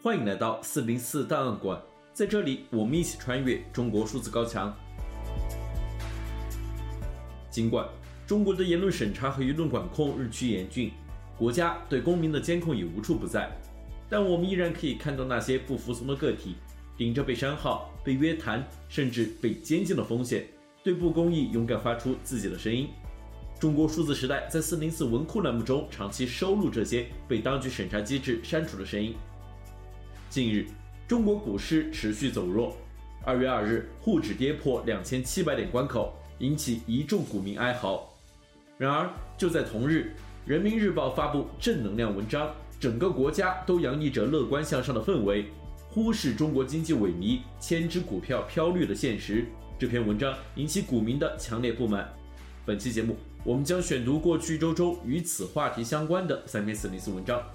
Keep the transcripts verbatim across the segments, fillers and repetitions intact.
欢迎来到四零四档案馆，在这里我们一起穿越中国数字高墙。尽管中国的言论审查和舆论管控日趋严峻，国家对公民的监控也无处不在，但我们依然可以看到那些不服从的个体顶着被删号、被约谈甚至被监禁的风险，对不公义勇敢发出自己的声音。中国数字时代在四零四文库栏目中长期收录这些被当局审查机制删除的声音。近日，中国股市持续走弱，二月二日沪指跌破两千七百点关口，引起一众股民哀嚎。然而就在同日，人民日报发布正能量文章，整个国家都洋溢着乐观向上的氛围，忽视中国经济萎靡、千只股票飘绿的现实。这篇文章引起股民的强烈不满。本期节目，我们将选读过去一周中与此话题相关的三篇四零四文章。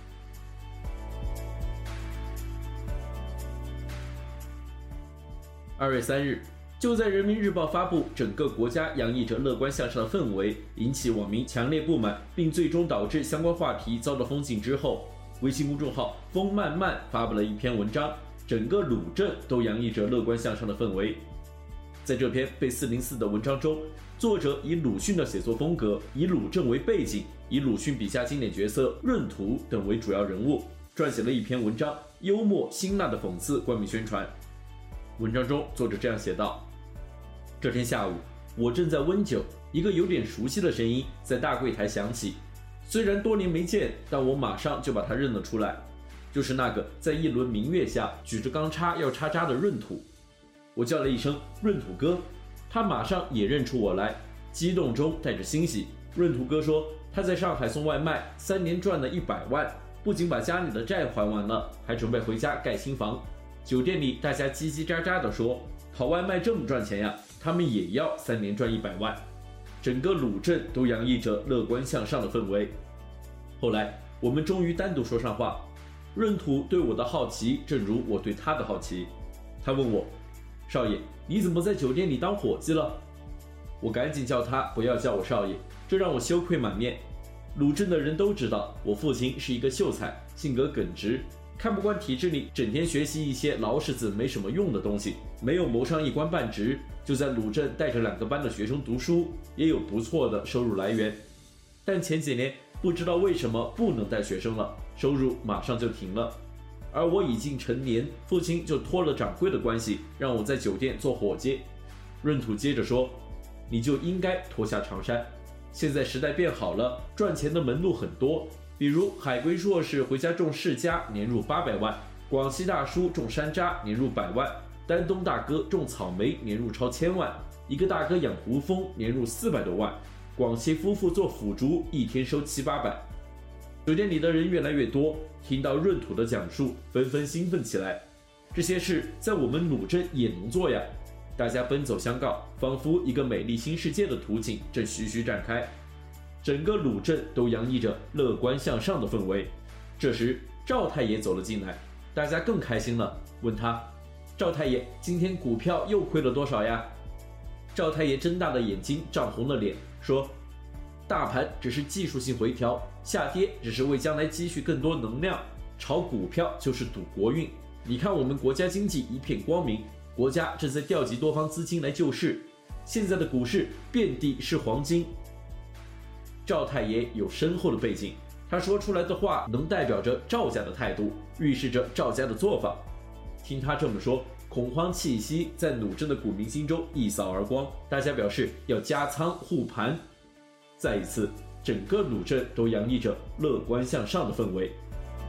二月三日，就在人民日报发布整个国家洋溢着乐观向上的氛围，引起网民强烈不满，并最终导致相关话题遭到封禁之后，微信公众号风漫漫发布了一篇文章，整个鲁镇都洋溢着乐观向上的氛围。在这篇被四零四的文章中，作者以鲁迅的写作风格，以鲁镇为背景，以鲁迅笔下经典角色闰土等为主要人物，撰写了一篇文章，幽默辛辣的讽刺官民宣传。文章中，作者这样写道：这天下午，我正在温酒，一个有点熟悉的声音在大柜台响起。虽然多年没见，但我马上就把他认了出来，就是那个在一轮明月下举着钢叉要插渣的闰土。我叫了一声闰土哥，他马上也认出我来，激动中带着欣喜。闰土哥说，他在上海送外卖，三年赚了一百万，不仅把家里的债还完了，还准备回家盖新房。酒店里大家叽叽喳喳地说，跑外卖这么赚钱呀，他们也要三年赚一百万。整个鲁镇都洋溢着乐观向上的氛围。后来我们终于单独说上话，闰土对我的好奇正如我对他的好奇。他问我，少爷，你怎么在酒店里当伙计了？我赶紧叫他不要叫我少爷，这让我羞愧满面。鲁镇的人都知道，我父亲是一个秀才，性格耿直，看不惯体制里整天学习一些老式子没什么用的东西，没有谋上一官半职，就在鲁镇带着两个班的学生读书，也有不错的收入来源。但前几年不知道为什么不能带学生了，收入马上就停了。而我已经成年，父亲就托了掌柜的关系，让我在酒店做伙计。闰土接着说，你就应该脱下长衫，现在时代变好了，赚钱的门路很多，比如海归硕士回家种世家，年入八百万；广西大叔种山楂，年入百万；丹东大哥种草莓，年入超千万；一个大哥养胡蜂，年入四百多万；广西夫妇做腐竹，一天收七八百。酒店里的人越来越多，听到闰土的讲述，纷纷兴奋起来。这些事在我们鲁镇也能做呀！大家奔走相告，仿佛一个美丽新世界的图景正徐徐展开。整个鲁镇都洋溢着乐观向上的氛围。这时赵太爷走了进来，大家更开心了，问他，赵太爷，今天股票又亏了多少呀？赵太爷睁大了眼睛，涨红了脸，说，大盘只是技术性回调，下跌只是为将来积蓄更多能量，炒股票就是赌国运。你看我们国家经济一片光明，国家正在调集多方资金来救市，现在的股市遍地是黄金。赵太爷有深厚的背景，他说出来的话能代表着赵家的态度，预示着赵家的做法。听他这么说，恐慌气息在鲁镇的股民心中一扫而光，大家表示要加仓护盘。再一次，整个鲁镇都洋溢着乐观向上的氛围。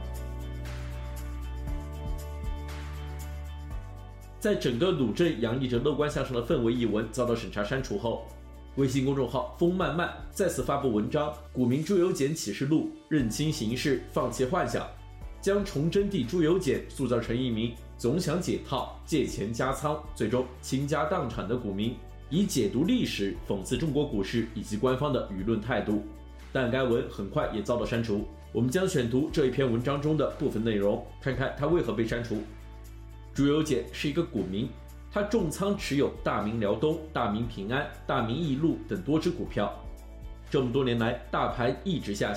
在整个鲁镇洋溢着乐观向上的氛围一文遭到审查删除后，微信公众号风漫漫再次发布文章《股民朱由检启示录》，认清形势，放弃幻想，将崇祯帝朱由检塑造成一名总想解套、借钱加仓，最终倾家荡产的股民，以解读历史讽刺中国股市以及官方的舆论态度。但该文很快也遭到删除。我们将选读这一篇文章中的部分内容，看看它为何被删除。朱由检是一个股民，他重仓持有大明辽东、大明平安、大明易路等多只股票。这么多年来，大盘一直下行，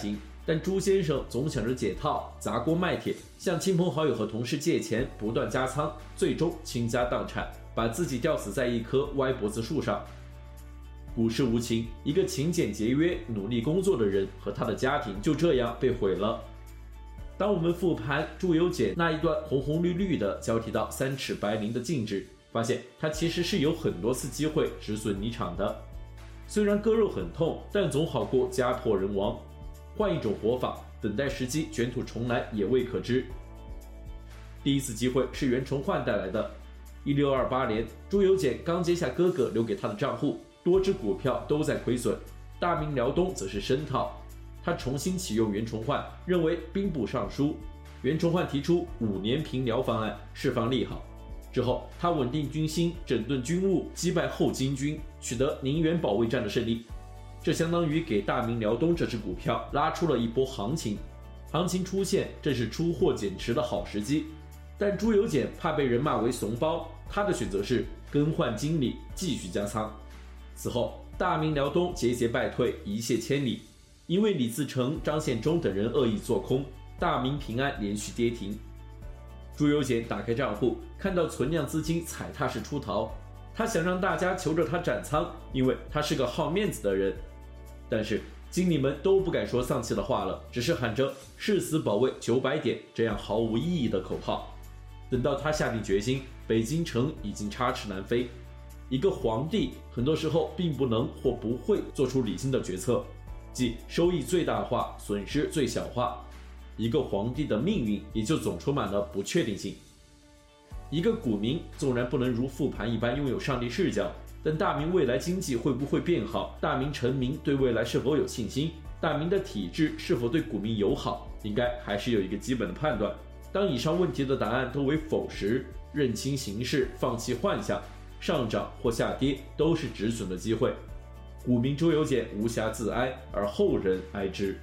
但朱先生总想着解套，砸锅卖铁，向亲朋好友和同事借钱，不断加仓，最终倾家荡产，把自己吊死在一棵歪脖子树上。股市无情，一个勤俭节约、努力工作的人和他的家庭就这样被毁了。当我们复盘朱由检那一段红红绿绿的交替到三尺白绫的静止，发现他其实是有很多次机会止损离场的。虽然割肉很痛，但总好过家破人亡。换一种活法，等待时机卷土重来也未可知。第一次机会是袁崇焕带来的。一六二八年，朱由检刚接下哥哥留给他的账户，多只股票都在亏损，大明辽东则是深套。他重新启用袁崇焕，认为兵部尚书。袁崇焕提出五年平辽方案，释放利好。之后，他稳定军心，整顿军务，击败后金军，取得宁远保卫战的胜利。这相当于给大明辽东这只股票拉出了一波行情，行情出现正是出货减持的好时机。但朱由检怕被人骂为怂包，他的选择是更换经理，继续加仓。此后，大明辽东节节败退，一泻千里。因为李自成、张献忠等人恶意做空，大明平安连续跌停。朱由检打开账户，看到存量资金踩踏式出逃，他想让大家求着他斩仓，因为他是个好面子的人。但是经理们都不敢说丧气的话了，只是喊着誓死保卫九百点这样毫无意义的口号。等到他下定决心，北京城已经插翅难飞。一个皇帝很多时候并不能或不会做出理性的决策，即收益最大化，损失最小化。一个皇帝的命运也就总充满了不确定性。一个股民纵然不能如复盘一般拥有上帝视角，但大明未来经济会不会变好，大明臣民对未来是否有信心，大明的体制是否对股民友好，应该还是有一个基本的判断。当以上问题的答案都为否时，认清形势，放弃幻想，上涨或下跌都是止损的机会。股民朱由检无暇自哀，而后人哀之。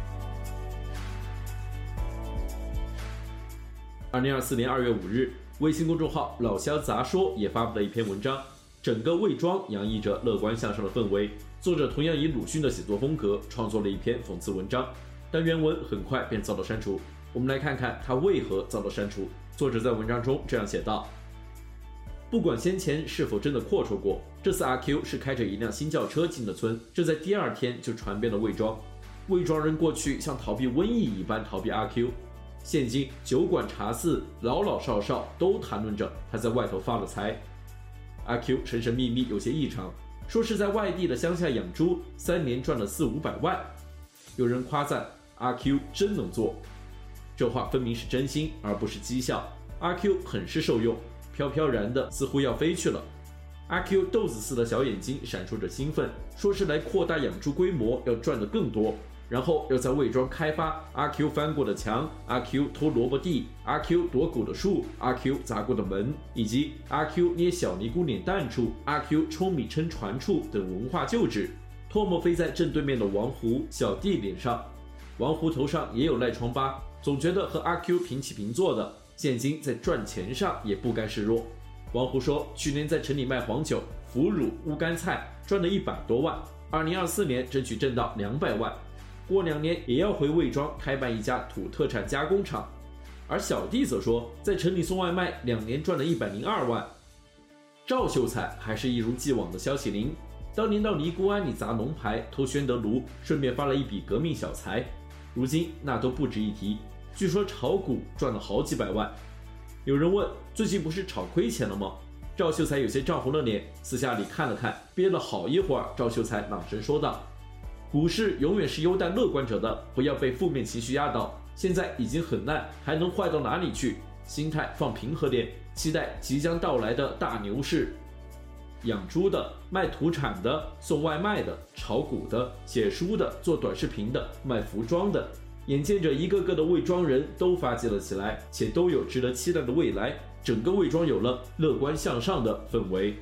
二零二四年二月五日，微信公众号老萧杂说也发布了一篇文章，整个魏庄洋溢着乐观向上的氛围。作者同样以鲁迅的写作风格创作了一篇讽刺文章，但原文很快便遭到删除。我们来看看他为何遭到删除。作者在文章中这样写道：不管先前是否真的阔绰过，这次阿 Q 是开着一辆新轿车进的村，这在第二天就传遍了魏庄。魏庄人过去像逃避瘟疫一般逃避阿 Q， 现今酒馆茶肆老老少少都谈论着他在外头发了财。阿 Q 神神秘秘有些异常，说是在外地的乡下养猪，三年赚了四五百万。有人夸赞阿 Q 真能做，这话分明是真心而不是讥笑。阿 Q 很是受用，飘飘然的似乎要飞去了。阿 Q 豆子似的小眼睛闪烁着兴奋，说是来扩大养猪规模，要赚得更多，然后要在魏庄开发阿 Q 翻过的墙，阿 Q 偷萝卜地，阿 Q 躲狗的树，阿 Q 砸过的门，以及阿 Q 捏小尼姑碾蛋处，阿 Q 冲米称船处等文化旧址，唾沫飞在正对面的王胡小弟脸上。王胡头上也有赖疮疤，总觉得和阿 Q 平起平坐的，现今在赚钱上也不甘示弱。王胡说，去年在城里卖黄酒、腐乳、乌干菜，赚了一百多万，二零二四年争取挣到两百万，过两年也要回魏庄开办一家土特产加工厂。而小弟则说，在城里送外卖，两年赚了一百零二万。赵秀才还是一如既往的消息灵，当年到尼姑庵里砸龙牌、偷宣德炉，顺便发了一笔革命小财，如今那都不值一提。据说炒股赚了好几百万。有人问，最近不是炒亏钱了吗？赵秀才有些涨红了脸，私下里看了看，憋了好一会儿，赵秀才朗声说道：股市永远是优待乐观者的，不要被负面情绪压倒，现在已经很烂，还能坏到哪里去？心态放平和点，期待即将到来的大牛市。养猪的、卖土产的、送外卖的、炒股的、写书的、做短视频的、卖服装的，眼见着一个个的魏庄人都发迹了起来，且都有值得期待的未来，整个魏庄有了乐观向上的氛围。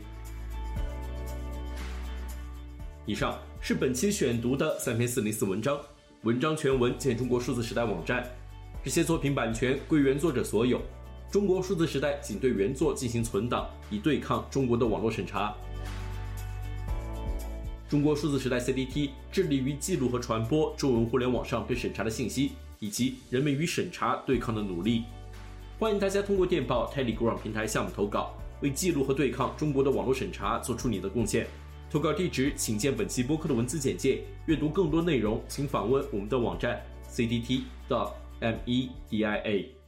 以上是本期选读的三篇四零四文章，文章全文见中国数字时代网站。这些作品版权归原作者所有，中国数字时代仅对原作进行存档，以对抗中国的网络审查。 中国数字时代 C D T 致力于记录和传播中文互联网上被审查的信息，以及人们与审查对抗的努力。欢迎大家通过电报 Telegram 平台项目投稿，为记录和对抗中国的网络审查做出你的贡献。投稿地址请见本期播客的文字简介。阅读更多内容，请访问我们的网站 c d t dot media。